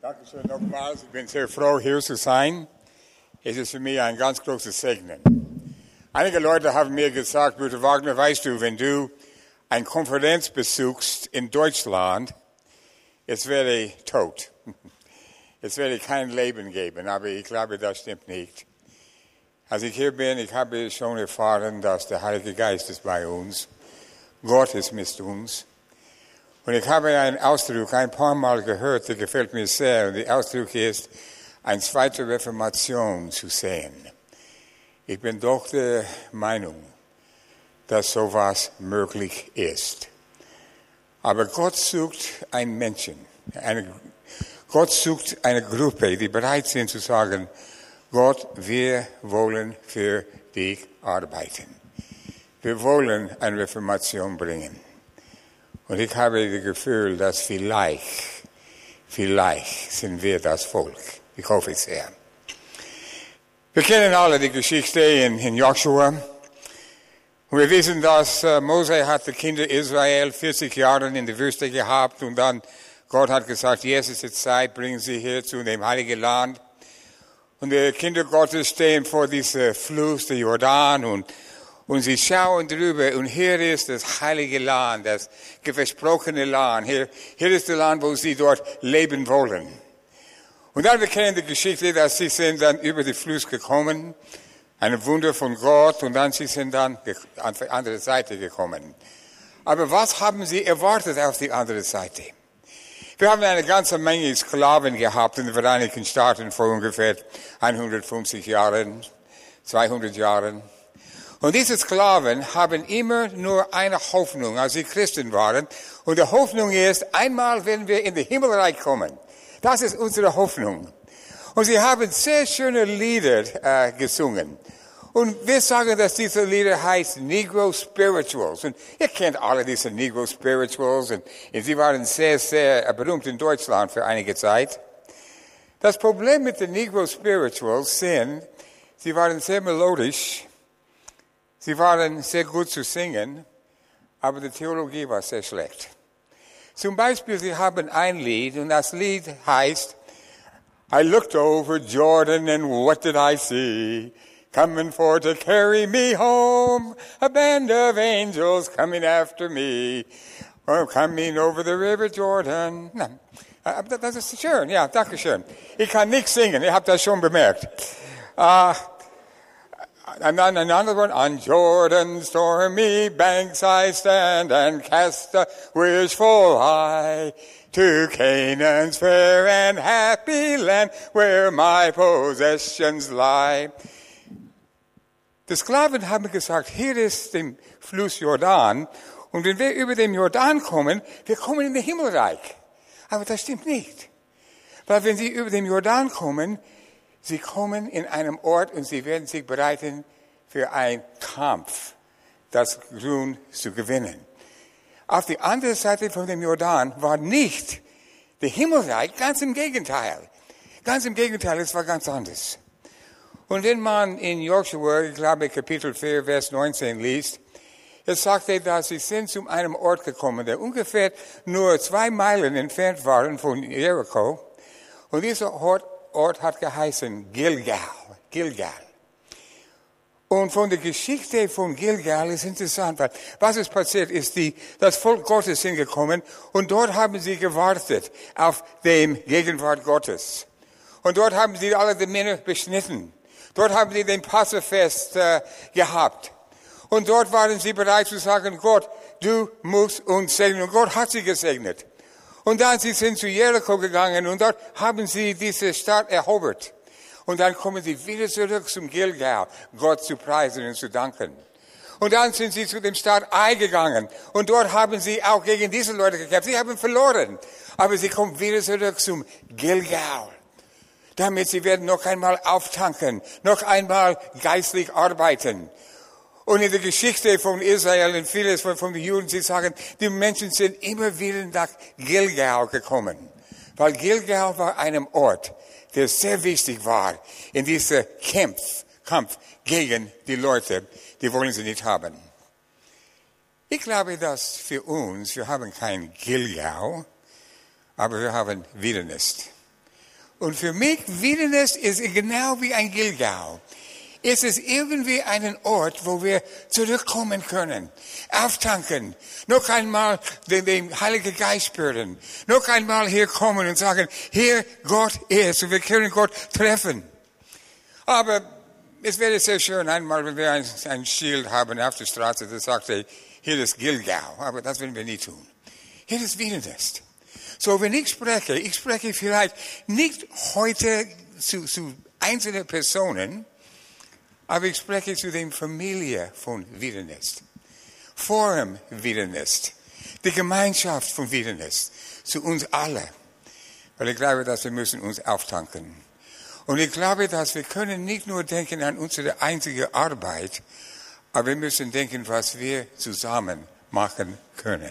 Dankeschön nochmals. Ich bin sehr froh, hier zu sein. Es ist für mich ein ganz großes Segen. Einige Leute haben mir gesagt, Bruder Wagner, weißt du, wenn du eine Konferenz besuchst in Deutschland, es wäre tot. Es werde kein Leben geben, aber ich glaube, das stimmt nicht. Als ich hier bin, ich habe schon erfahren, dass der Heilige Geist ist bei uns. Gott ist mit uns. Und ich habe einen Ausdruck ein paar Mal gehört, der gefällt mir sehr. Und der Ausdruck ist, eine zweite Reformation zu sehen. Ich bin doch der Meinung, dass sowas möglich ist. Aber Gott sucht einen Menschen. Gott sucht eine Gruppe, die bereit sind zu sagen, Gott, wir wollen für dich arbeiten. Wir wollen eine Reformation bringen. Und ich habe das Gefühl, dass vielleicht sind wir das Volk. Ich hoffe es sehr. Wir kennen alle die Geschichte in Joshua. Und wir wissen, dass Mose hat die Kinder Israel 40 Jahre in der Wüste gehabt und dann Gott hat gesagt, jetzt ist die Zeit, bringen Sie hier zu dem Heiligen Land. Und die Kinder Gottes stehen vor diesem Fluss, der Jordan, und sie schauen drüber, und hier ist das heilige Land, das versprochene Land. Hier ist das Land, wo sie dort leben wollen. Und dann, wir kennen die Geschichte, dass sie sind dann über den Fluss gekommen, ein Wunder von Gott, und dann sie sind dann an die andere Seite gekommen. Aber was haben sie erwartet auf die andere Seite? Wir haben eine ganze Menge Sklaven gehabt in den Vereinigten Staaten vor ungefähr 150 Jahren, 200 Jahren. Und diese Sklaven haben immer nur eine Hoffnung, als sie Christen waren. Und die Hoffnung ist, einmal werden wir in den Himmelreich kommen. Das ist unsere Hoffnung. Und sie haben sehr schöne Lieder gesungen. Und wir sagen, dass diese Lieder heißt Negro Spirituals. Und ihr kennt alle diese Negro Spirituals. Und sie waren sehr, sehr berühmt in Deutschland für einige Zeit. Das Problem mit den Negro Spirituals sind, sie waren sehr melodisch. Sie waren sehr gut zu singen, aber die Theologie war sehr schlecht. Zum Beispiel, sie haben ein Lied, und das Lied heißt, I looked over Jordan and what did I see? Coming for to carry me home, a band of angels coming after me, coming over the river Jordan. Na, das ist schön, ja, danke schön. Ich kann nicht singen, ihr habt das schon bemerkt. And then another one, on Jordan's stormy banks I stand and cast a wishful eye to Canaan's fair and happy land where my possessions lie. Die Sklaven haben gesagt, hier ist der Fluss Jordan, und wenn wir über den Jordan kommen, wir kommen in den Himmelreich. Aber das stimmt nicht. Weil wenn sie über den Jordan kommen, sie kommen in einem Ort und sie werden sich bereiten für einen Kampf, das Grün zu gewinnen. Auf die andere Seite von dem Jordan war nicht der Himmelreich, ganz im Gegenteil. Ganz im Gegenteil, es war ganz anders. Und wenn man in Joshua, ich glaube Kapitel 4, Vers 19 liest, es sagte, dass sie sind zu einem Ort gekommen, der ungefähr nur 2 Meilen entfernt waren von Jericho. Und dieser Ort hat geheißen Gilgal. Und von der Geschichte von Gilgal ist interessant, weil was ist passiert, ist das Volk Gottes hingekommen und dort haben sie gewartet auf dem Gegenwart Gottes. Und dort haben sie alle die Männer beschnitten. Dort haben sie den Passafest gehabt. Und dort waren sie bereit zu sagen, Gott, du musst uns segnen. Und Gott hat sie gesegnet. Und dann sie sind zu Jericho gegangen und dort haben sie diese Stadt erobert. Und dann kommen sie wieder zurück zum Gilgal, Gott zu preisen und zu danken. Und dann sind sie zu dem Stadt Ai gegangen. Und dort haben sie auch gegen diese Leute gekämpft. Sie haben verloren. Aber sie kommen wieder zurück zum Gilgal. Damit sie werden noch einmal auftanken, noch einmal geistlich arbeiten. Und in der Geschichte von Israel und vieles von den Juden, sie sagen, die Menschen sind immer wieder nach Gilgal gekommen. Weil Gilgal war ein Ort, der sehr wichtig war in diesem Kampf gegen die Leute, die wollen sie nicht haben. Ich glaube, dass für uns, wir haben kein Gilgal, aber wir haben Wildnis. Und für mich, Wiedenest ist genau wie ein Gilgal. Es ist irgendwie ein Ort, wo wir zurückkommen können, auftanken, noch einmal den Heiligen Geist spüren, noch einmal hier kommen und sagen, hier Gott ist und wir können Gott treffen. Aber es wäre sehr schön einmal, wenn wir ein Schild haben auf der Straße, das sagt, hier ist Gilgal, aber das werden wir nie tun. Hier ist Wiedenest. So, wenn ich spreche vielleicht nicht heute zu einzelnen Personen, aber ich spreche zu der Familie von Wiedenest. Forum Wiedenest. Die Gemeinschaft von Wiedenest. Zu uns alle. Weil ich glaube, dass wir müssen uns auftanken. Und ich glaube, dass wir können nicht nur denken an unsere einzige Arbeit, aber wir müssen denken, was wir zusammen machen können.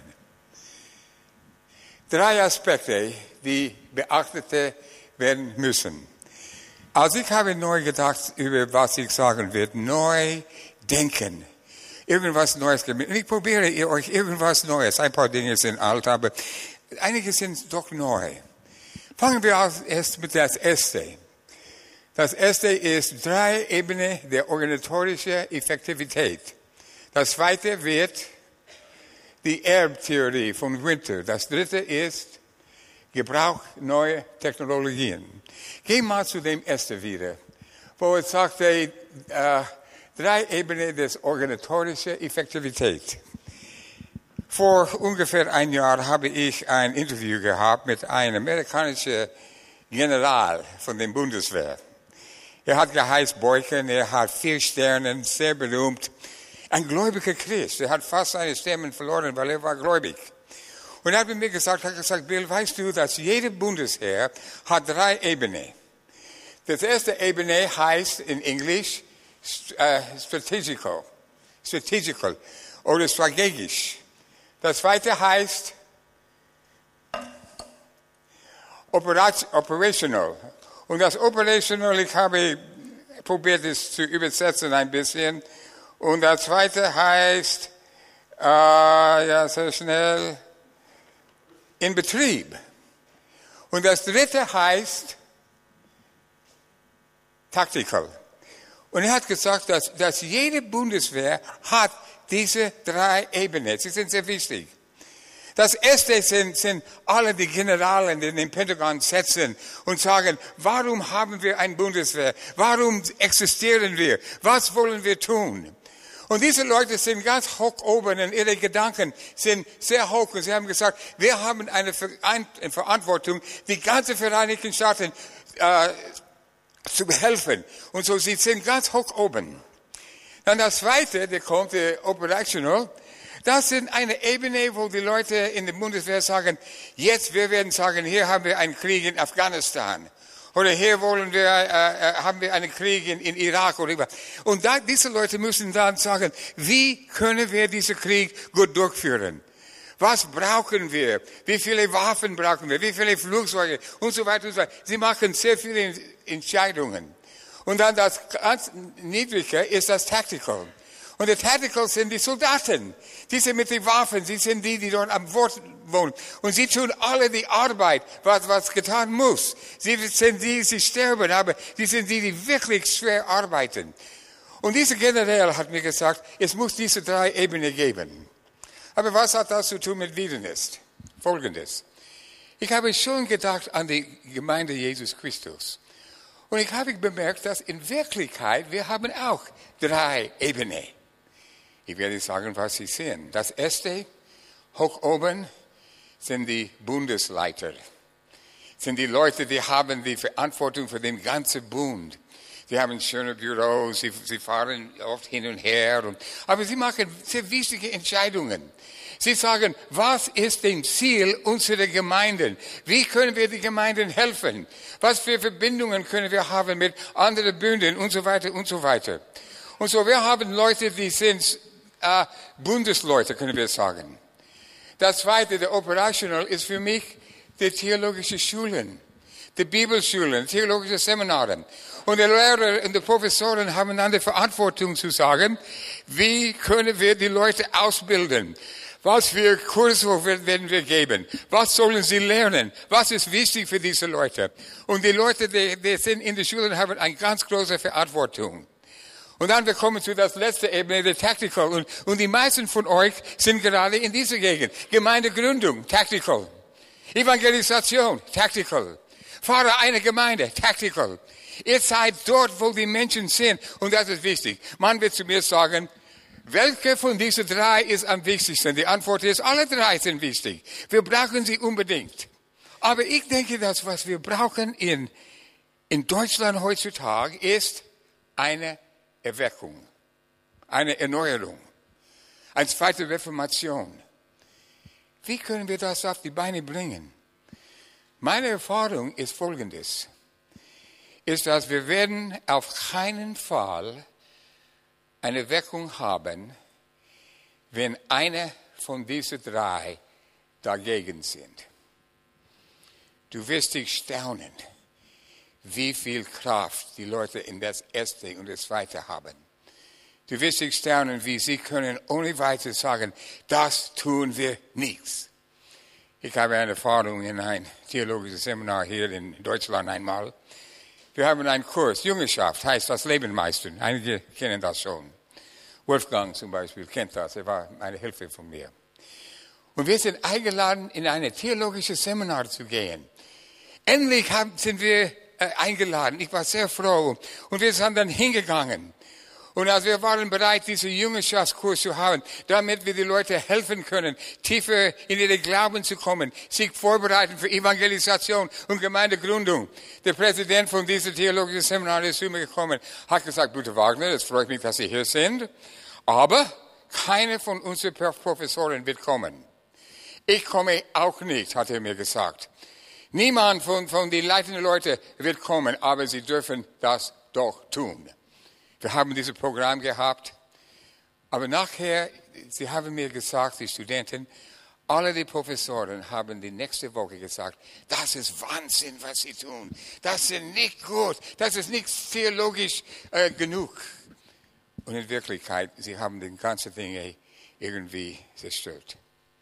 3 Aspekte, die beachtet werden müssen. Also ich habe neu gedacht über was ich sagen werde. Neu denken. Irgendwas Neues. Und ich probiere euch irgendwas Neues. Ein paar Dinge sind alt, aber einige sind doch neu. Fangen wir erst mit das Erste. Das Erste ist 3 Ebenen der organisatorischen Effektivität. Das Zweite wird die Erbtheorie von Winter. Das Dritte ist Gebrauch neuer Technologien. Geh mal zu dem ersten wieder, wo es sagt, 3 Ebenen des organisatorischen Effektivität. Vor ungefähr 1 Jahr habe ich ein Interview gehabt mit einem amerikanischen General von der Bundeswehr. Er hat geheißen Boyken, er hat 4 Sterne, sehr berühmt. Ein gläubiger Christ. Er hat fast seine Stimmen verloren, weil er war gläubig. Und er hat mir gesagt, Bill, weißt du, dass jeder Bundesheer hat 3 Ebenen. Das erste Ebene heißt in Englisch strategical oder strategisch. Das zweite heißt operational. Und das operational, ich habe probiert es zu übersetzen ein bisschen. Und das zweite heißt, sehr schnell, in Betrieb. Und das dritte heißt tactical. Und er hat gesagt, dass jede Bundeswehr hat diese 3 Ebenen. Sie sind sehr wichtig. Das erste sind alle die Generalen, die in den Pentagon sitzen und sagen, warum haben wir eine Bundeswehr? Warum existieren wir? Was wollen wir tun? Und diese Leute sind ganz hoch oben und ihre Gedanken sind sehr hoch. Und sie haben gesagt, wir haben eine Verantwortung, die ganze Vereinigten Staaten zu helfen. Und so, sie sind ganz hoch oben. Dann das zweite, der kommt, der Operational. Das sind eine Ebene, wo die Leute in der Bundeswehr sagen, jetzt, wir werden sagen, hier haben wir einen Krieg in Afghanistan. Oder hier haben wir einen Krieg in Irak oder und diese Leute müssen dann sagen, wie können wir diesen Krieg gut durchführen? Was brauchen wir? Wie viele Waffen brauchen wir? Wie viele Flugzeuge? Und so weiter und so weiter. Sie machen sehr viele Entscheidungen. Und dann das ganz Niedrige ist das Tactical. Und die Tactical sind die Soldaten. Die sind mit den Waffen. Sie sind die dort am Bord wohnen. Und sie tun alle die Arbeit, was getan muss. Sie sind sie sterben, aber die sind die wirklich schwer arbeiten. Und dieser General hat mir gesagt, es muss diese 3 Ebenen geben. Aber was hat das zu tun mit Wiedenest? Folgendes. Ich habe schon gedacht an die Gemeinde Jesus Christus. Und ich habe bemerkt, dass in Wirklichkeit wir haben auch 3 Ebenen. Ich werde sagen, was Sie sehen. Das erste, hoch oben, sind die Bundesleiter. Sind die Leute, die haben die Verantwortung für den ganzen Bund. Sie haben schöne Büros, sie fahren oft hin und her. Aber sie machen sehr wichtige Entscheidungen. Sie sagen, was ist das Ziel unserer Gemeinden? Wie können wir den Gemeinden helfen? Was für Verbindungen können wir haben mit anderen Bünden und so weiter und so weiter. Und so, wir haben Leute, die sind Bundesleute, können wir sagen. Das zweite, der Operational, ist für mich die theologische Schulen, die Bibelschulen, theologische Seminare. Und die Lehrer und die Professoren haben dann die Verantwortung zu sagen, wie können wir die Leute ausbilden? Was für Kurse werden wir geben? Was sollen sie lernen? Was ist wichtig für diese Leute? Und die Leute, die sind in der Schule und haben eine ganz große Verantwortung. Und dann wir kommen zu der letzten Ebene, der Tactical. Und die meisten von euch sind gerade in dieser Gegend. Gemeindegründung, Tactical. Evangelisation, Tactical. Pfarrer einer Gemeinde, Tactical. Ihr seid dort, wo die Menschen sind. Und das ist wichtig. Man wird zu mir sagen, welche von diesen drei ist am wichtigsten? Die Antwort ist, alle drei sind wichtig. Wir brauchen sie unbedingt. Aber ich denke, dass was wir brauchen in Deutschland heutzutage ist eine Erweckung, eine Erneuerung, eine zweite Reformation. Wie können wir das auf die Beine bringen? Meine Erfahrung ist folgendes, ist, dass wir werden auf keinen Fall eine Erweckung haben, wenn einer von diesen drei dagegen sind. Du wirst dich staunen, wie viel Kraft die Leute in das Erste und das Zweite haben. Du wirst dich staunen, wie sie können ohne weiter sagen, das tun wir nichts. Ich habe eine Erfahrung in ein theologisches Seminar hier in Deutschland einmal. Wir haben einen Kurs, Jüngerschaft heißt das Leben meistern. Einige kennen das schon. Wolfgang zum Beispiel kennt das, er war eine Hilfe von mir. Und wir sind eingeladen, in ein theologisches Seminar zu gehen. Endlich sind wir eingeladen. Ich war sehr froh. Und wir sind dann hingegangen. Und als wir waren bereit, diesen Jüngerschaftskurs zu haben, damit wir die Leute helfen können, tiefer in ihre Glauben zu kommen, sich vorbereiten für Evangelisation und Gemeindegründung. Der Präsident von diesem theologischen Seminar ist zu mir gekommen, hat gesagt, Bruder Wagner, es freut mich, dass Sie hier sind, aber keine von unseren Professoren wird kommen. Ich komme auch nicht, hat er mir gesagt. Niemand von den leitenden Leuten wird kommen, aber sie dürfen das doch tun. Wir haben dieses Programm gehabt, aber nachher, sie haben mir gesagt, die Studenten, alle die Professoren haben die nächste Woche gesagt, das ist Wahnsinn, was sie tun. Das ist nicht gut, das ist nicht theologisch genug. Und in Wirklichkeit, sie haben die ganzen Dinge irgendwie zerstört.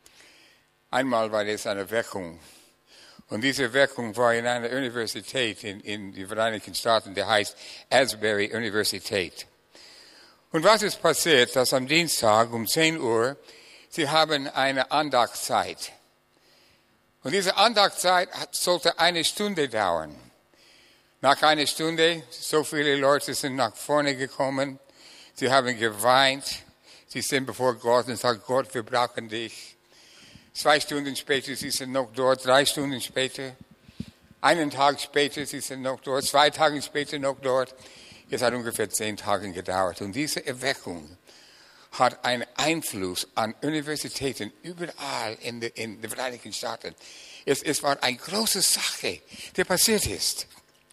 Einmal war es eine Weckung. Und diese Weckung war in einer Universität in den Vereinigten Staaten, die heißt Asbury Universität. Und was ist passiert, dass am Dienstag um 10 Uhr, sie haben eine Andachtzeit. Und diese Andachtzeit sollte eine Stunde dauern. Nach einer Stunde, so viele Leute sind nach vorne gekommen, sie haben geweint, sie sind bevor Gott und sagen, Gott, wir brauchen dich. 2 Stunden später, sie sind noch dort, 3 Stunden später, einen Tag später, sie sind noch dort, 2 Tage später noch dort. Es hat ungefähr 10 Tage gedauert. Und diese Erweckung hat einen Einfluss an Universitäten überall in den Vereinigten Staaten. Es war eine große Sache, die passiert ist.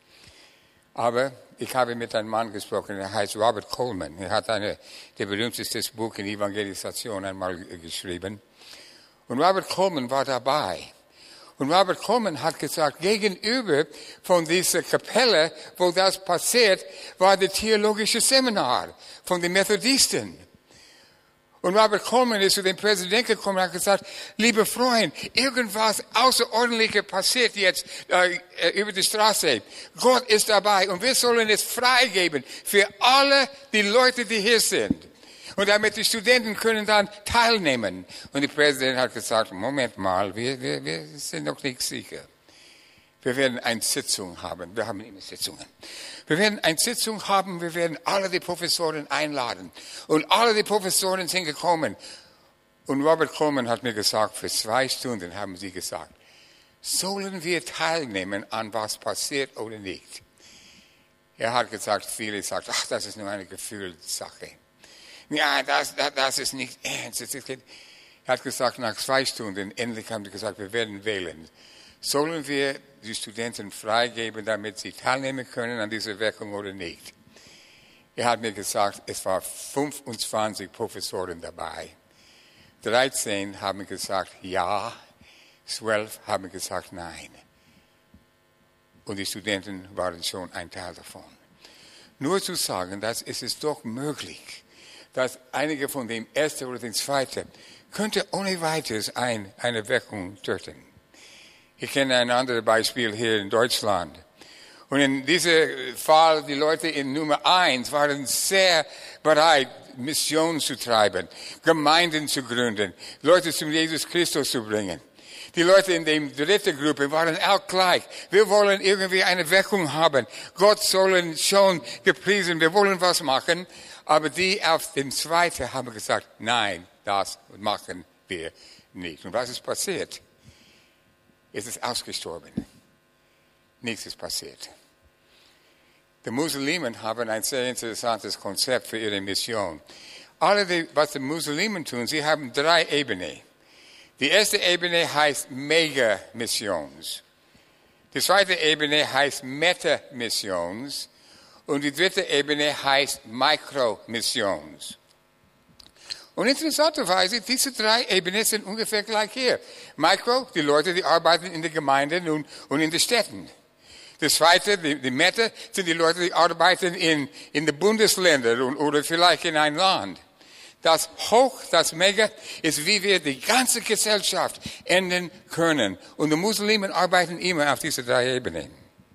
Aber ich habe mit einem Mann gesprochen, der heißt Robert Coleman. Er hat der berühmteste Buch in Evangelisation einmal geschrieben. Und Robert Coleman war dabei. Und Robert Coleman hat gesagt, gegenüber von dieser Kapelle, wo das passiert, war das theologische Seminar von den Methodisten. Und Robert Coleman ist zu dem Präsidenten gekommen und hat gesagt, lieber Freund, irgendwas Außerordentliches passiert jetzt über die Straße. Gott ist dabei und wir sollen es freigeben für alle die Leute, die hier sind. Und damit die Studenten können dann teilnehmen. Und der Präsident hat gesagt, Moment mal, wir sind noch nicht sicher. Wir werden eine Sitzung haben. Wir haben immer Sitzungen. Wir werden eine Sitzung haben, wir werden alle die Professoren einladen. Und alle die Professoren sind gekommen. Und Robert Coleman hat mir gesagt, für 2 Stunden haben sie gesagt, sollen wir teilnehmen an was passiert oder nicht? Er hat gesagt, viele sagen, ach, das ist nur eine Gefühlssache. Ja, das ist nicht ernst. Er hat gesagt, nach 2 Stunden, endlich haben sie gesagt, wir werden wählen. Sollen wir die Studenten freigeben, damit sie teilnehmen können an dieser Wirkung oder nicht? Er hat mir gesagt, es waren 25 Professoren dabei. 13 haben gesagt ja, 12 haben gesagt nein. Und die Studenten waren schon ein Teil davon. Nur zu sagen, dass es ist doch möglich, dass einige von dem Ersten oder dem Zweiten könnte ohne weiteres eine Weckung töten. Ich kenne ein anderes Beispiel hier in Deutschland. Und in diesem Fall, die Leute in Nummer 1 waren sehr bereit, Missionen zu treiben, Gemeinden zu gründen, Leute zum Jesus Christus zu bringen. Die Leute in der dritten Gruppe waren auch gleich. Wir wollen irgendwie eine Weckung haben. Gott soll schon gepriesen, wir wollen was machen. Aber die auf den zweiten haben gesagt, nein, das machen wir nicht. Und was ist passiert? Es ist ausgestorben. Nichts ist passiert. Die Muslimen haben ein sehr interessantes Konzept für ihre Mission. Was die Muslimen tun, sie haben 3 Ebenen. Die erste Ebene heißt Mega-Missions. Die zweite Ebene heißt Meta-Missions. Und die dritte Ebene heißt Mikro-Missions. Und interessanterweise, diese 3 Ebenen sind ungefähr gleich hier. Micro, die Leute, die arbeiten in den Gemeinden und in den Städten. Das zweite, die Meta, sind die Leute, die arbeiten in den Bundesländern oder vielleicht in einem Land. Das Mega, ist, wie wir die ganze Gesellschaft ändern können. Und die Muslimen arbeiten immer auf diese 3 Ebenen.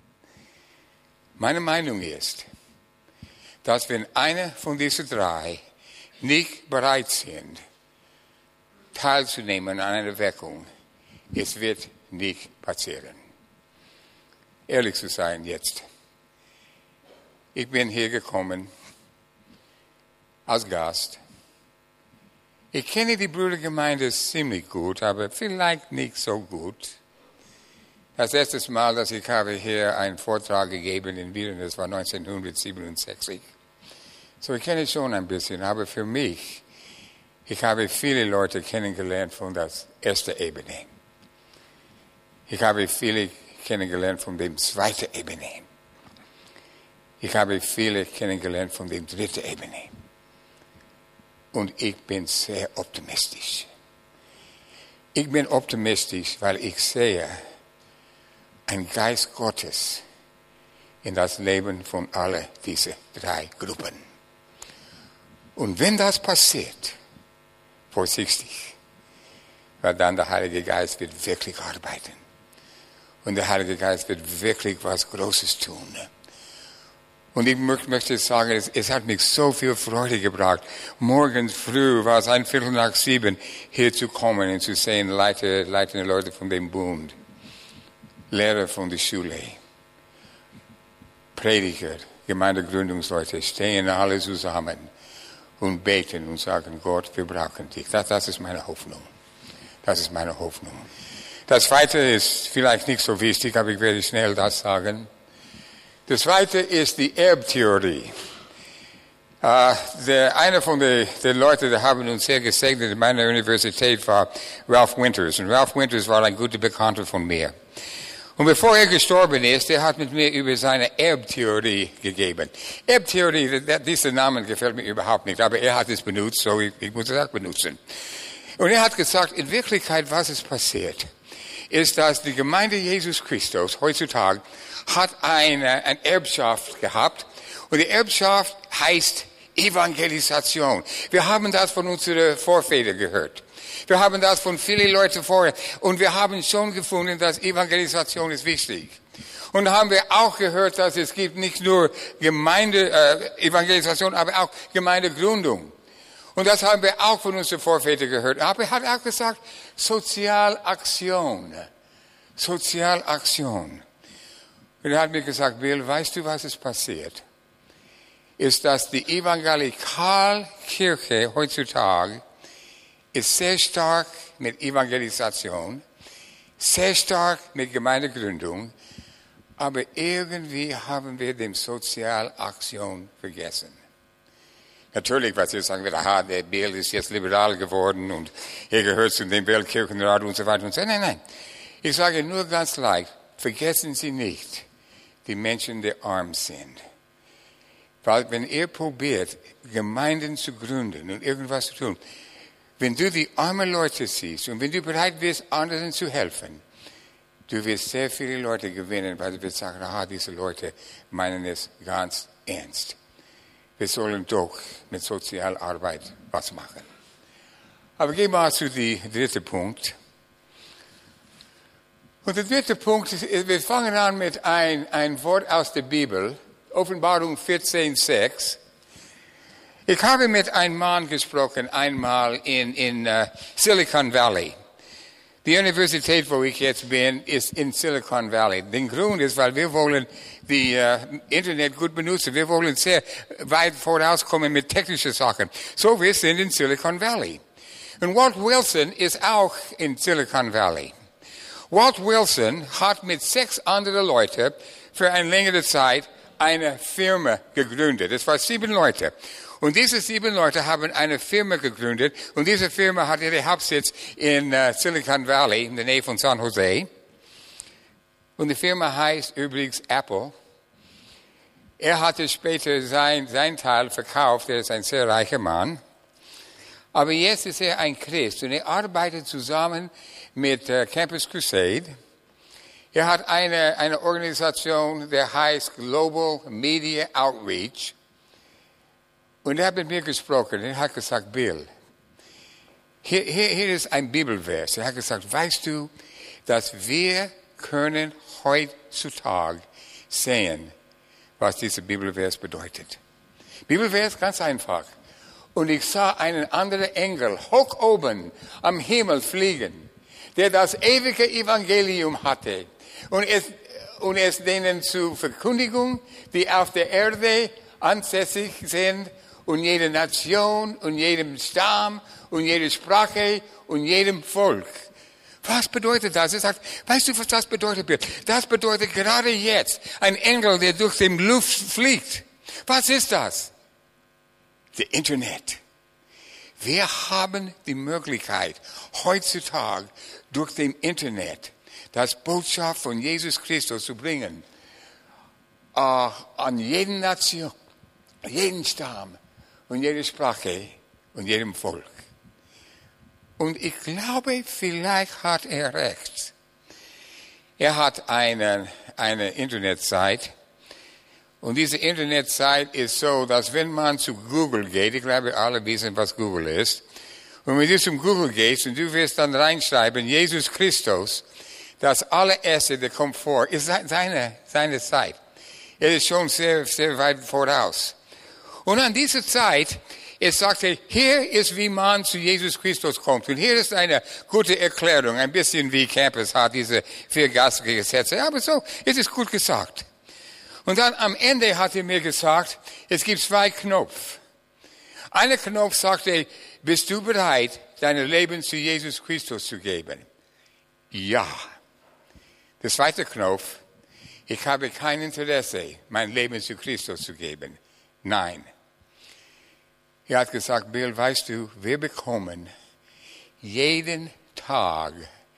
Meine Meinung ist, dass wenn einer von diesen 3 nicht bereit sind, teilzunehmen an einer Weckung, es wird nicht passieren. Ehrlich zu sein jetzt. Ich bin hier gekommen als Gast. Ich kenne die Brüdergemeinde ziemlich gut, aber vielleicht nicht so gut. Das erste Mal, dass ich habe hier einen Vortrag gegeben in Wien, das war 1967. So, ich kenne schon ein bisschen, aber für mich, ich habe viele Leute kennengelernt von der ersten Ebene. Ich habe viele kennengelernt von der zweiten Ebene. Ich habe viele kennengelernt von der dritten Ebene. Und ich bin sehr optimistisch. Ich bin optimistisch, weil ich sehe einen Geist Gottes in das Leben von allen diesen 3 Gruppen. Und wenn das passiert, vorsichtig, weil dann der Heilige Geist wird wirklich arbeiten. Und der Heilige Geist wird wirklich was Großes tun. Und ich möchte sagen, es hat mich so viel Freude gebracht, morgens früh, war es 7:15, hier zu kommen und zu sehen, leitende Leute von dem Bund, Lehrer von der Schule, Prediger, Gemeindegründungsleute, stehen alle zusammen und beten und sagen, Gott, wir brauchen dich. Das ist meine Hoffnung. Das ist meine Hoffnung. Das Zweite ist vielleicht nicht so wichtig, aber ich werde schnell das sagen. Das Zweite ist die Erbtheorie. Einer von den Leuten, die haben uns sehr gesegnet in meiner Universität, war Ralph Winters. Und Ralph Winters war ein guter Bekannter von mir. Und bevor er gestorben ist, er hat mit mir über seine Erbtheorie gegeben. Erbtheorie, dieser Name gefällt mir überhaupt nicht, aber er hat es benutzt, so ich muss es auch benutzen. Und er hat gesagt, in Wirklichkeit, was ist passiert, ist, dass die Gemeinde Jesus Christus heutzutage hat eine Erbschaft gehabt. Und die Erbschaft heißt Evangelisation. Wir haben das von unseren Vorvätern gehört. Wir haben das von vielen Leuten vorher. Und wir haben schon gefunden, dass Evangelisation ist wichtig. Und da haben wir auch gehört, dass es gibt nicht nur Evangelisation, aber auch Gemeindegründung. Und das haben wir auch von unseren Vorvätern gehört. Aber er hat auch gesagt, Sozialaktion. Sozialaktion. Und er hat mir gesagt, Bill, weißt du, was ist passiert? Ist, dass die Evangelikalkirche heutzutage ist sehr stark mit Evangelisation, sehr stark mit Gemeindegründung, aber irgendwie haben wir die Sozialaktion vergessen. Natürlich, was Sie sagen, der Bill ist jetzt liberal geworden und er gehört zu dem Weltkirchenrat und so weiter und so. Nein. Ich sage nur ganz leicht, vergessen Sie nicht die Menschen, die arm sind. Weil wenn ihr probiert, Gemeinden zu gründen und irgendwas zu tun, wenn du die armen Leute siehst und wenn du bereit bist, anderen zu helfen, du wirst sehr viele Leute gewinnen, weil du wirst sagen, diese Leute meinen es ganz ernst. Wir sollen doch mit Sozialarbeit was machen. Aber gehen wir mal zu dem dritten Punkt. Und der dritte Punkt ist, wir fangen an mit ein Wort aus der Bibel, Offenbarung 14,6. Ich habe mit einem Mann gesprochen, einmal in Silicon Valley. Die Universität, wo ich jetzt bin, ist in Silicon Valley. Der Grund ist, weil wir wollen die Internet gut benutzen. Wir wollen sehr weit vorauskommen mit technischen Sachen. So, wir sind in Silicon Valley. Und Walt Wilson ist auch in Silicon Valley. Walt Wilson hat mit 6 anderen Leuten für eine längere Zeit eine Firma gegründet. Es waren 7 Leute. Und diese 7 Leute haben eine Firma gegründet. Und diese Firma hat ihren Hauptsitz in Silicon Valley, in der Nähe von San Jose. Und die Firma heißt übrigens Apple. Er hatte später sein Teil verkauft. Er ist ein sehr reicher Mann. Aber jetzt ist er ein Christ. Und er arbeitet zusammen mit Campus Crusade. Er hat eine Organisation, die heißt Global Media Outreach. Und er hat mit mir gesprochen. Er hat gesagt, Bill, hier ist ein Bibelvers. Er hat gesagt, weißt du, dass wir können heutzutage sehen, was dieser Bibelvers bedeutet. Bibelvers, ganz einfach. Und ich sah einen anderen Engel hoch oben am Himmel fliegen, der das ewige Evangelium hatte und es denen zur Verkündigung, die auf der Erde ansässig sind, und jede Nation und jedem Stamm und jede Sprache und jedem Volk. Was bedeutet das? Er sagt, weißt du, was das bedeutet? Das bedeutet gerade jetzt ein Engel, der durch die Luft fliegt. Was ist das? Das Internet. Wir haben die Möglichkeit, heutzutage durch das Internet das Botschaft von Jesus Christus zu bringen. An jede Nation, jeden Stamm und jede Sprache und jedem Volk. Und ich glaube, vielleicht hat er recht. Er hat eine Internetseite. Und diese Internetseite ist so, dass wenn man zu Google geht, ich glaube, alle wissen, was Google ist. Und wenn du zum Google gehst und du wirst dann reinschreiben, Jesus Christus, das allererste, der kommt vor, ist seine Zeit. Er ist schon sehr, sehr weit voraus. Und an dieser Zeit, es sagte, hier ist, wie man zu Jesus Christus kommt. Und hier ist eine gute Erklärung, ein bisschen wie Campus hat, diese 4 geistliche Gesetze. Aber so, es ist gut gesagt. Und dann am Ende hat er mir gesagt, es gibt 2 Knöpfe. Einer Knopf sagte, bist du bereit, dein Leben zu Jesus Christus zu geben? Ja. Der zweite Knopf, ich habe kein Interesse, mein Leben zu Christus zu geben. Nein. Er hat gesagt, Bill, weißt du, wir bekommen jeden Tag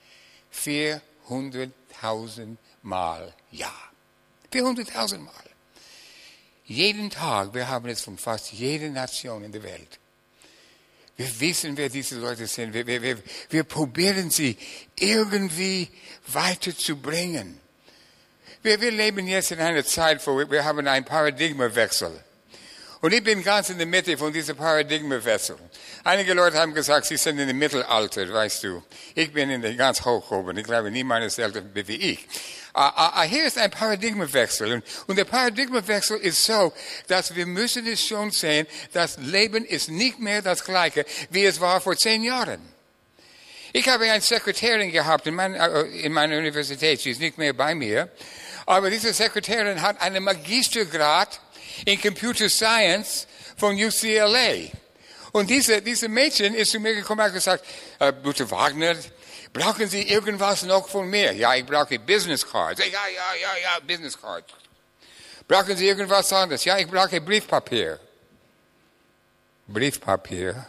400.000 Mal Ja. 400.000 Mal. Jeden Tag, wir haben es von fast jeder Nation in der Welt. Wir wissen, wer diese Leute sind. Wir probieren sie irgendwie weiterzubringen. Wir leben jetzt in einer Zeit, wo wir haben einen Paradigmenwechsel. Und ich bin ganz in der Mitte von diesem Paradigmenwechsel. Einige Leute haben gesagt, sie sind in dem Mittelalter, weißt du. Ich bin in der ganz hoch oben. Ich glaube, niemand ist älter wie ich. Hier ist ein Paradigmenwechsel. Und der Paradigmenwechsel ist so, dass wir müssen es schon sehen, das Leben ist nicht mehr das Gleiche, wie es war vor 10 Jahren. Ich habe eine Sekretärin gehabt in meiner Universität. Sie ist nicht mehr bei mir. Aber diese Sekretärin hat einen Magistergrad in Computer Science von UCLA. Und diese Mädchen ist zu mir gekommen und hat gesagt, Bruder Wagner, brauchen Sie irgendwas noch von mir? Ja, ich brauche Business Cards. Ja, Business Cards. Brauchen Sie irgendwas anderes? Ja, ich brauche Briefpapier. Briefpapier?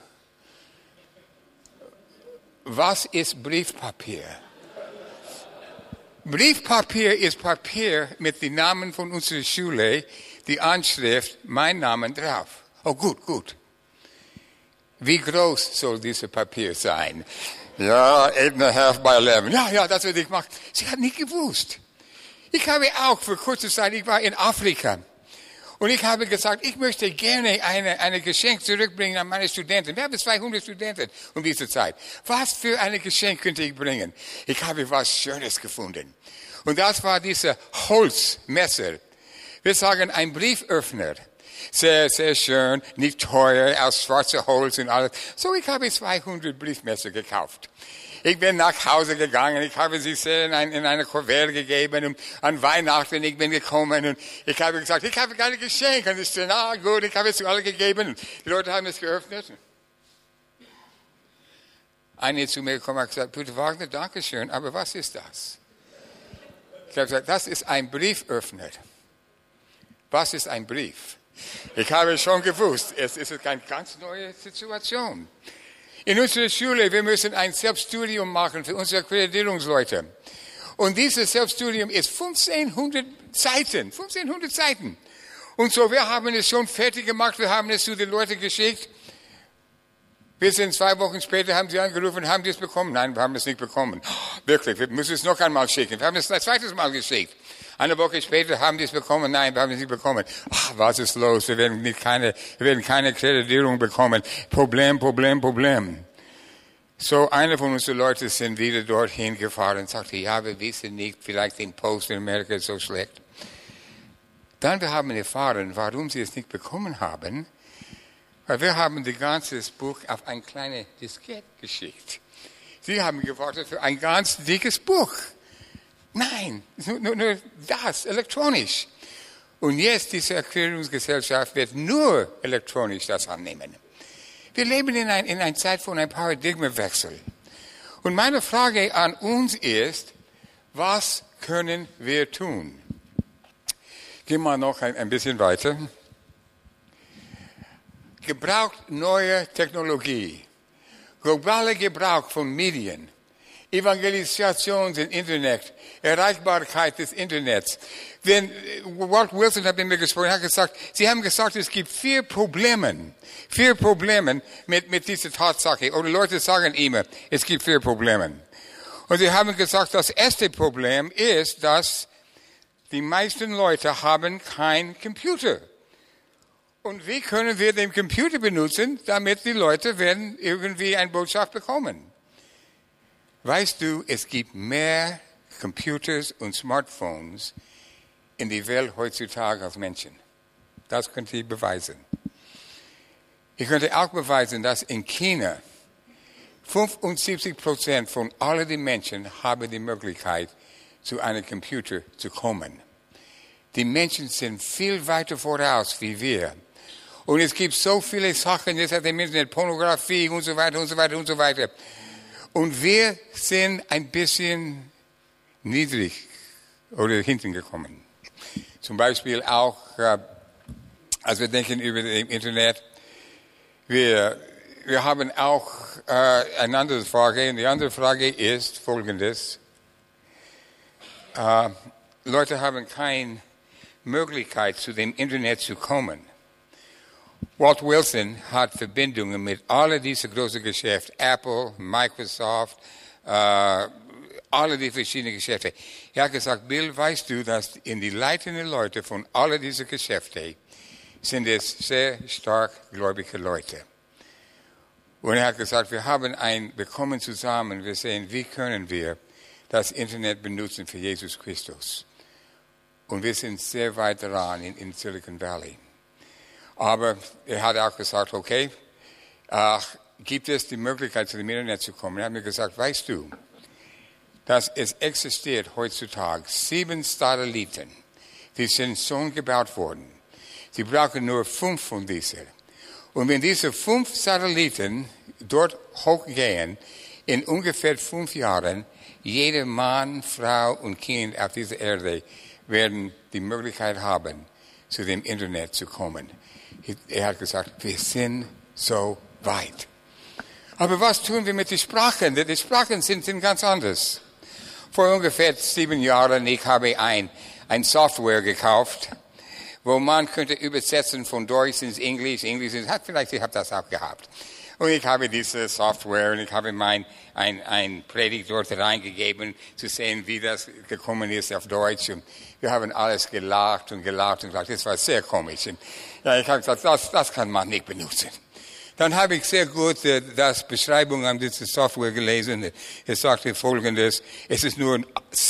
Was ist Briefpapier? Briefpapier ist Papier mit den Namen von unserer Schule, die Anschrift, mein Name drauf. Oh, gut. Wie groß soll dieses Papier sein? Ja, 8,5 by 11. Ja, das würde ich machen. Sie hat nicht gewusst. Ich habe auch für kurze Zeit, ich war in Afrika. Und ich habe gesagt, ich möchte gerne eine Geschenk zurückbringen an meine Studenten. Wir haben 200 Studenten um diese Zeit. Was für ein Geschenk könnte ich bringen? Ich habe was Schönes gefunden. Und das war dieser Holzmesser. Wir sagen ein Brieföffner. Sehr, sehr schön, nicht teuer, aus schwarzem Holz und alles. So, ich habe 200 Briefmesser gekauft. Ich bin nach Hause gegangen, ich habe sie in eine Kuverte gegeben und an Weihnachten ich bin gekommen und ich habe gesagt, ich habe keine Geschenke. Und ich sagte, gut, ich habe es zu alle gegeben. Und die Leute haben es geöffnet. Einer ist zu mir gekommen und hat gesagt, Bruder Wagner, danke schön, aber was ist das? Ich habe gesagt, das ist ein Brieföffner. Was ist ein Brief? Ich habe schon gewusst, es ist eine ganz neue Situation. In unserer Schule, wir müssen ein Selbststudium machen für unsere Akkreditierungsleute. Und dieses Selbststudium ist 1500 Seiten. 1500 Seiten. Und so, wir haben es schon fertig gemacht, wir haben es zu den Leuten geschickt. Wir sind 2 Wochen später, haben sie angerufen, haben die es bekommen? Nein, wir haben es nicht bekommen. Wirklich, wir müssen es noch einmal schicken. Wir haben es ein zweites Mal geschickt. Eine Woche später haben die es bekommen. Nein, wir haben es nicht bekommen. Was ist los? Wir werden keine Akkreditierung bekommen. Problem. So, einer von unseren Leuten sind wieder dorthin gefahren und sagte, ja, wir wissen nicht, vielleicht den Post in Amerika ist so schlecht. Dann wir haben erfahren, warum sie es nicht bekommen haben, weil wir haben das ganze Buch auf ein kleines Diskett geschickt. Sie haben gewartet für ein ganz dickes Buch. Nein, nur das, elektronisch. Und jetzt, diese Erklärungsgesellschaft wird nur elektronisch das annehmen. Wir leben in einer Zeit von einem Paradigmenwechsel. Und meine Frage an uns ist, was können wir tun? Gehen wir noch ein bisschen weiter. Gebraucht neue Technologie, globaler Gebrauch von Medien, Evangelisation des Internet, Erreichbarkeit des Internets. Wenn Walt Wilson hat mit mir gesprochen, hat gesagt, Sie haben gesagt, es gibt 4 Probleme mit dieser Tatsache. Oder Leute sagen immer, es gibt 4 Probleme. Und sie haben gesagt, das erste Problem ist, dass die meisten Leute haben kein Computer. Und wie können wir den Computer benutzen, damit die Leute werden irgendwie eine Botschaft bekommen? Weißt du, es gibt mehr Computers und Smartphones in der Welt heutzutage als Menschen. Das könnte ich beweisen. Ich könnte auch beweisen, dass in China 75% von allen den Menschen haben die Möglichkeit, zu einem Computer zu kommen. Die Menschen sind viel weiter voraus wie wir. Und es gibt so viele Sachen jetzt im Internet, Pornografie und so weiter und so weiter und so weiter. Und wir sind ein bisschen niedrig oder hinten gekommen. Zum Beispiel auch, als wir denken über das Internet, wir haben auch eine andere Frage. Und die andere Frage ist folgendes. Leute haben keine Möglichkeit, zu dem Internet zu kommen. Walt Wilson hat Verbindungen mit all diesen großen Geschäften, Apple, Microsoft, alle die verschiedenen Geschäfte. Er hat gesagt, Bill, weißt du, dass in die leitenden Leute von all diesen Geschäften sind es sehr stark gläubige Leute. Und er hat gesagt, wir kommen zusammen, wir sehen, wie können wir das Internet benutzen für Jesus Christus. Und wir sind sehr weit daran in Silicon Valley. Aber er hat auch gesagt, okay, gibt es die Möglichkeit, zu dem Internet zu kommen? Er hat mir gesagt, weißt du, dass es existiert heutzutage 7 Satelliten, die sind schon gebaut worden. Sie brauchen nur 5 von diesen. Und wenn diese 5 Satelliten dort hochgehen, in ungefähr 5 Jahren, jeder Mann, Frau und Kind auf dieser Erde werden die Möglichkeit haben, zu dem Internet zu kommen. Er hat gesagt, wir sind so weit. Aber was tun wir mit den Sprachen? Die Sprachen sind ganz anders. Vor ungefähr 7 Jahren, ich habe ein Software gekauft, wo man könnte übersetzen von Deutsch ins Englisch, vielleicht ich habe das auch gehabt. Und ich habe diese Software und ich habe ein Predigt dort reingegeben, zu sehen, wie das gekommen ist auf Deutsch. Und wir haben alles gelacht und gelacht und gelacht. Das war sehr komisch. Und ja, ich habe gesagt, das kann man nicht benutzen. Dann habe ich sehr gut das Beschreibung an diese Software gelesen. Es sagte Folgendes: Es ist nur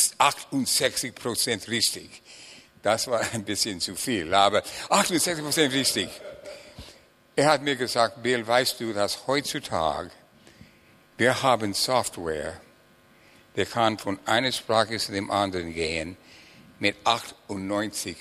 68% richtig. Das war ein bisschen zu viel, aber 68% richtig. Er hat mir gesagt, Bill, weißt du, dass heutzutage wir haben Software, der kann von einer Sprache zu dem anderen gehen mit 98%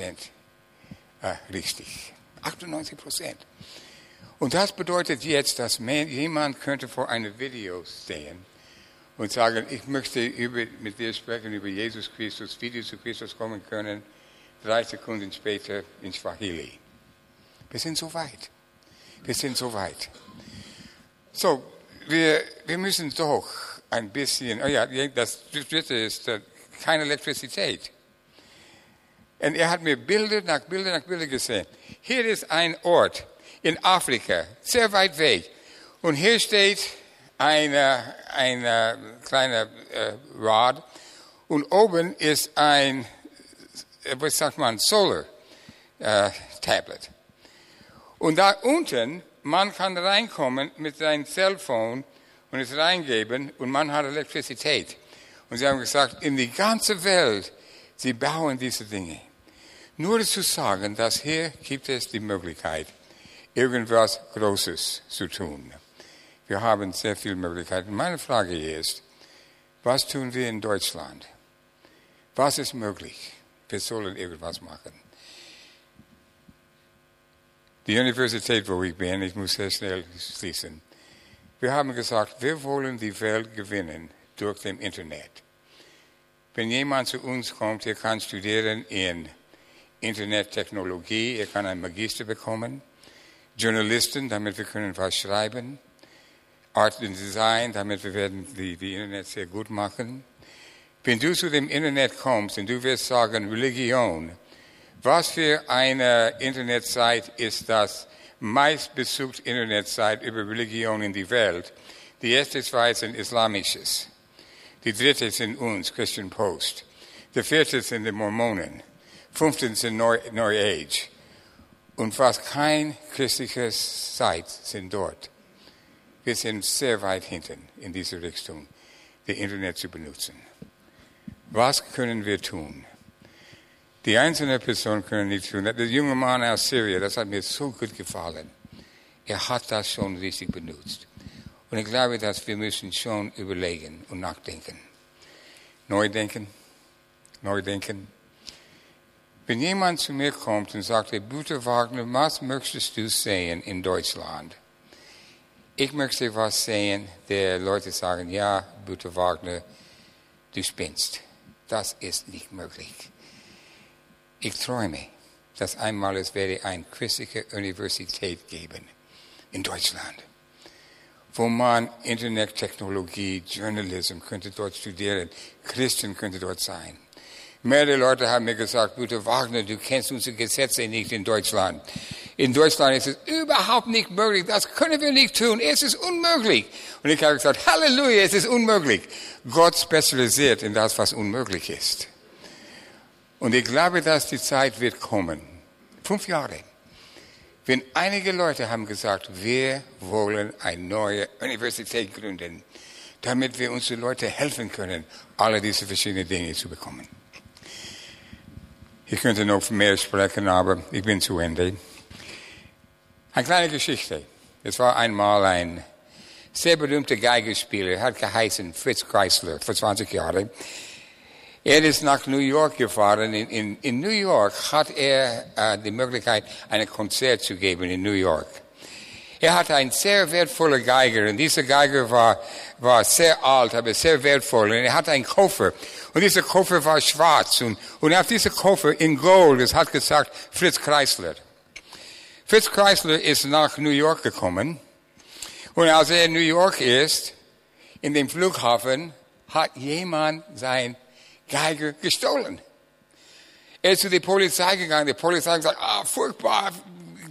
richtig. 98%. Und das bedeutet jetzt, dass jemand könnte vor einem Video stehen und sagen, ich möchte mit dir sprechen über Jesus Christus, wie die zu Christus kommen können, 3 Sekunden später in Swahili. Wir sind so weit. Wir sind so weit. So, wir müssen doch ein bisschen, das dritte ist keine Elektrizität. Und er hat mir Bilder nach Bilder nach Bilder gesehen. Hier ist ein Ort in Afrika, sehr weit weg. Und hier steht ein kleiner Rad und oben ist ein, was sagt man, Solar Tablet. Und da unten, man kann reinkommen mit seinem Cellphone und es reingeben und man hat Elektrizität. Und sie haben gesagt, in die ganze Welt, sie bauen diese Dinge. Nur zu sagen, dass hier gibt es die Möglichkeit, irgendwas Großes zu tun. Wir haben sehr viele Möglichkeiten. Meine Frage ist, was tun wir in Deutschland? Was ist möglich? Wir sollen irgendwas machen. Die Universität, wo ich bin, ich muss sehr schnell schließen. Wir haben gesagt, wir wollen die Welt gewinnen durch das Internet. Wenn jemand zu uns kommt, er kann studieren in Internettechnologie, er kann einen Magister bekommen, Journalisten, damit wir können was schreiben, Art und Design, damit wir werden die Internet sehr gut machen. Wenn du zu dem Internet kommst und du wirst sagen, Religion, was für eine Internetseite ist das meistbesuchte Internetseite über Religion in die Welt? Die erste zwei sind islamisches. Die dritte sind uns, Christian Post. Die vierte sind die Mormonen. 15 sind New Age. Und fast kein christliches Seite sind dort. Wir sind sehr weit hinten in diese Richtung, das Internet zu benutzen. Was können wir tun? Die einzelne Person können nicht tun. Der junge Mann aus Syrien, das hat mir so gut gefallen. Er hat das schon richtig benutzt. Und ich glaube, dass wir müssen schon überlegen und nachdenken. Neu denken. Wenn jemand zu mir kommt und sagt, Bruder Wagner, was möchtest du sehen in Deutschland? Ich möchte was sehen, der Leute sagen, ja, Bruder Wagner, du spinnst. Das ist nicht möglich. Ich träume, dass einmal es werde eine christliche Universität geben in Deutschland, wo man Internettechnologie, Journalismus könnte dort studieren, Christen könnte dort sein. Mehrere Leute haben mir gesagt, Bruder Wagner, du kennst unsere Gesetze nicht in Deutschland. In Deutschland ist es überhaupt nicht möglich, das können wir nicht tun, es ist unmöglich. Und ich habe gesagt, Halleluja, es ist unmöglich. Gott spezialisiert in das, was unmöglich ist. Und ich glaube, dass die Zeit wird kommen. 5 Jahre. Wenn einige Leute haben gesagt, wir wollen eine neue Universität gründen, damit wir unseren Leuten helfen können, alle diese verschiedenen Dinge zu bekommen. Ich könnte noch mehr sprechen, aber ich bin zu Ende. Eine kleine Geschichte. Es war einmal ein sehr berühmter Geigerspieler, er hat geheißen Fritz Kreisler, vor 20 Jahren. Er ist nach New York gefahren. In New York hat er die Möglichkeit, ein Konzert zu geben in New York. Er hatte einen sehr wertvollen Geiger und dieser Geiger war sehr alt, aber sehr wertvoll. Und er hatte einen Koffer und dieser Koffer war schwarz und auf diesem Koffer in Gold, es hat gesagt Fritz Kreisler. Fritz Kreisler ist nach New York gekommen und als er in New York ist, in dem Flughafen, hat jemand sein Geiger gestohlen. Er ist zu der Polizei gegangen. Die Polizei hat gesagt, furchtbar,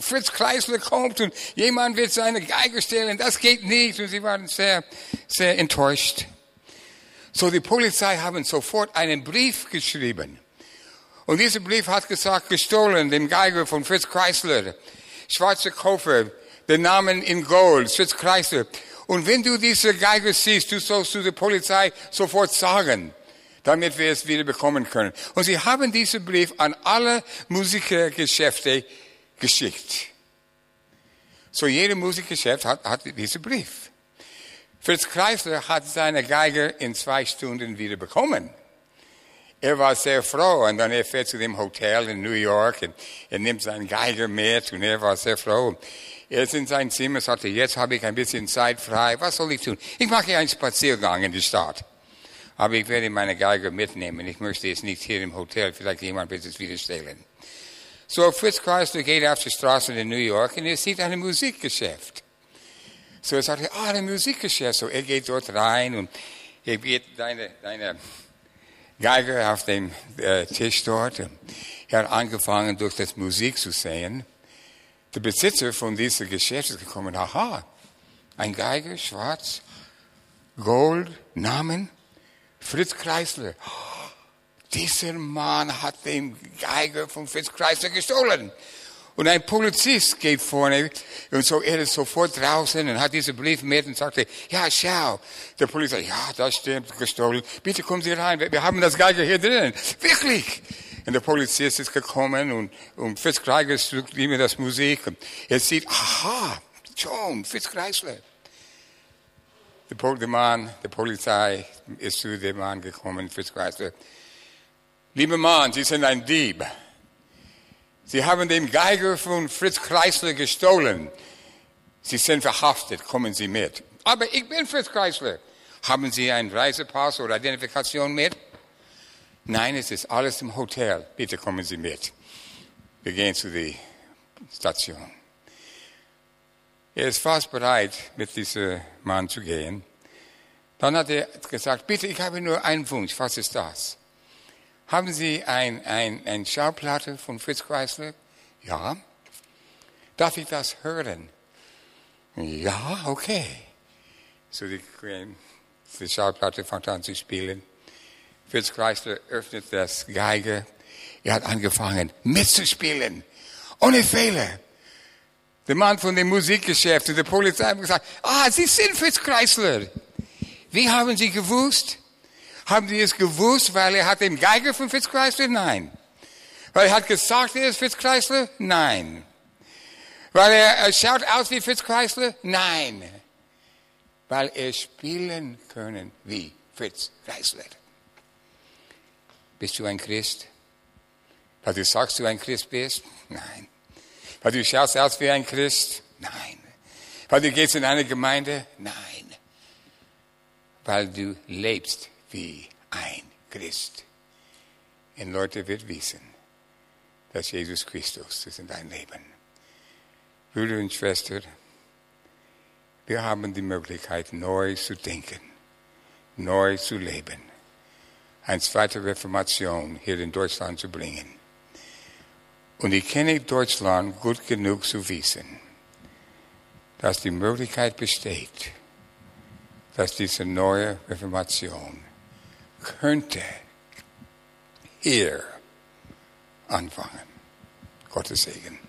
Fritz Kreisler kommt und jemand wird seine Geige stehlen, das geht nicht. Und sie waren sehr, sehr enttäuscht. So, die Polizei haben sofort einen Brief geschrieben. Und dieser Brief hat gesagt, gestohlen, den Geiger von Fritz Kreisler. Schwarze Koffer, den Namen in Gold, Fritz Kreisler. Und wenn du diese Geiger siehst, du sollst zu der Polizei sofort sagen, damit wir es wieder bekommen können. Und sie haben diesen Brief an alle Musikgeschäfte geschickt. So, jede Musikgeschäft hat diesen Brief. Fritz Kreisler hat seine Geiger in 2 Stunden wieder bekommen. Er war sehr froh und dann er fährt zu dem Hotel in New York und er nimmt seinen Geiger mit und er war sehr froh. Er ist in sein Zimmer und sagte, jetzt habe ich ein bisschen Zeit frei, was soll ich tun? Ich mache einen Spaziergang in die Stadt. Aber ich werde meine Geiger mitnehmen. Ich möchte es nicht hier im Hotel, vielleicht jemand wird es wieder stehlen. So, Fritz Kreisler geht auf die Straße in New York und er sieht ein Musikgeschäft. So, er sagt, ein Musikgeschäft. So, er geht dort rein und er wird deine Geiger auf dem Tisch dort. Er hat angefangen, durch das Musik zu sehen. Der Besitzer von diesem Geschäft ist gekommen, aha, ein Geiger, schwarz, Gold, Namen, Fritz Kreisler. Dieser Mann hat den Geiger von Fritz Kreisler gestohlen. Und ein Polizist geht vorne und so er ist sofort draußen und hat diesen Brief mit und sagte, ja, schau. Der Polizist sagt, ja, das stimmt, gestohlen. Bitte kommen Sie rein, wir haben das Geiger hier drin. Wirklich. Und der Polizist ist gekommen und Fritz Kreisler sucht immer das Musik. Und er sieht, aha, schon, Fritz Kreisler. Der Polizei ist zu dem Mann gekommen, Fritz Kreisler. Lieber Mann, Sie sind ein Dieb. Sie haben den Geiger von Fritz Kreisler gestohlen. Sie sind verhaftet, kommen Sie mit. Aber ich bin Fritz Kreisler. Haben Sie einen Reisepass oder Identifikation mit? Nein, es ist alles im Hotel. Bitte kommen Sie mit. Wir gehen zu der Station. Er ist fast bereit, mit diesem Mann zu gehen. Dann hat er gesagt, bitte, ich habe nur einen Wunsch. Was ist das? Haben Sie eine Schallplatte von Fritz Kreisler? Ja. Darf ich das hören? Ja, okay. So die Schallplatte fängt an zu spielen. Fritz Kreisler öffnet das Geiger. Er hat angefangen mitzuspielen. Ohne Fehler. Der Mann von dem Musikgeschäft, der Polizei hat gesagt, Sie sind Fritz Kreisler. Wie haben Sie gewusst? Haben Sie es gewusst, weil er hat den Geiger von Fritz Kreisler? Nein. Weil er hat gesagt, er ist Fritz Kreisler? Nein. Weil er schaut aus wie Fritz Kreisler? Nein. Weil er spielen können wie Fritz Kreisler. Bist du ein Christ? Weil du sagst, du ein Christ bist? Nein. Weil du schaust aus wie ein Christ? Nein. Weil du gehst in eine Gemeinde? Nein. Weil du lebst wie ein Christ. Und Leute wird wissen, dass Jesus Christus ist in dein Leben. Brüder und Schwestern, wir haben die Möglichkeit, neu zu denken, neu zu leben, eine zweite Reformation hier in Deutschland zu bringen. Und ich kenne Deutschland gut genug zu wissen, dass die Möglichkeit besteht, dass diese neue Reformation könnte hier anfangen. Gottes Segen.